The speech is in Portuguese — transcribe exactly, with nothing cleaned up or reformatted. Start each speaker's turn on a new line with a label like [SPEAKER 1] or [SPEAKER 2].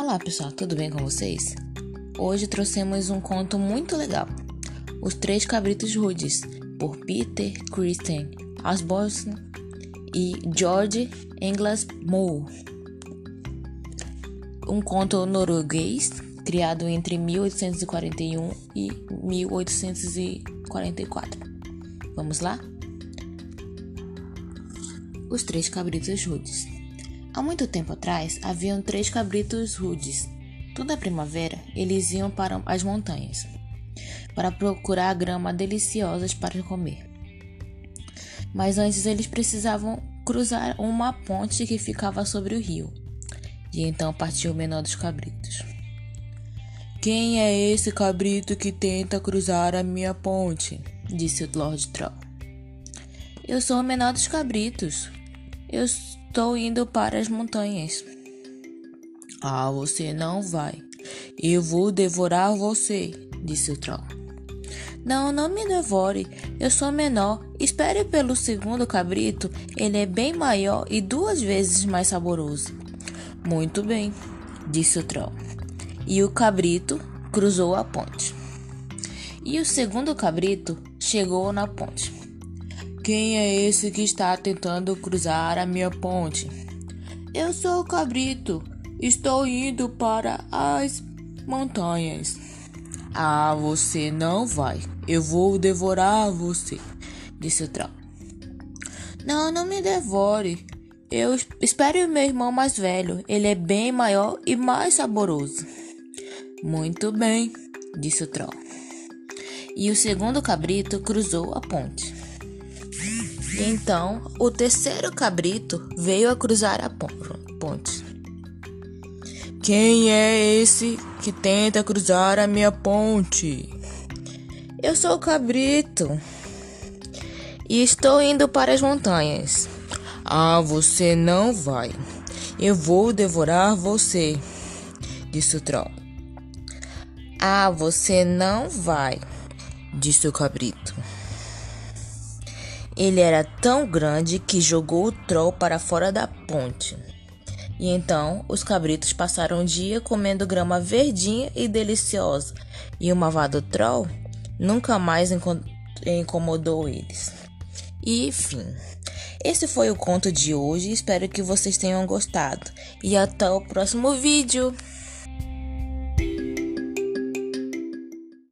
[SPEAKER 1] Olá pessoal, tudo bem com vocês? Hoje trouxemos um conto muito legal, Os Três Cabritos Rudes, por Peter Christian Asbjørnsen e George Englas Moe. Um conto norueguês, criado entre mil oitocentos e quarenta e um e mil oitocentos e quarenta e quatro. Vamos lá? Os Três Cabritos Rudes. Há muito tempo atrás, haviam três cabritos rudes. Toda primavera, eles iam para as montanhas para procurar grama deliciosas para comer. Mas antes eles precisavam cruzar uma ponte que ficava sobre o rio. E então partiu o menor dos cabritos. "Quem é esse cabrito que tenta cruzar a minha ponte?", disse o Lord Troll. "Eu sou o menor dos cabritos. Eu estou indo para as montanhas." "Ah, você não vai. Eu vou devorar você", disse o Troll. "Não, não me devore. Eu sou menor. Espere pelo segundo cabrito. Ele é bem maior e duas vezes mais saboroso." "Muito bem", disse o Troll. E o cabrito cruzou a ponte. E o segundo cabrito chegou na ponte. "Quem é esse que está tentando cruzar a minha ponte?" "Eu sou o cabrito. Estou indo para as montanhas." "Ah, você não vai. Eu vou devorar você", disse o Troll. "Não, não me devore. Eu espere o meu irmão mais velho. Ele é bem maior e mais saboroso." "Muito bem", disse o Troll. E o segundo cabrito cruzou a ponte. Então, o terceiro cabrito veio a cruzar a ponte. "Quem é esse que tenta cruzar a minha ponte?" "Eu sou o cabrito e estou indo para as montanhas." "Ah, você não vai. Eu vou devorar você", disse o Troll. "Ah, você não vai", disse o cabrito. Ele era tão grande que jogou o Troll para fora da ponte. E então os cabritos passaram o dia comendo grama verdinha e deliciosa, e o malvado Troll nunca mais incomodou eles. E fim. Esse foi o conto de hoje, espero que vocês tenham gostado. E até o próximo vídeo!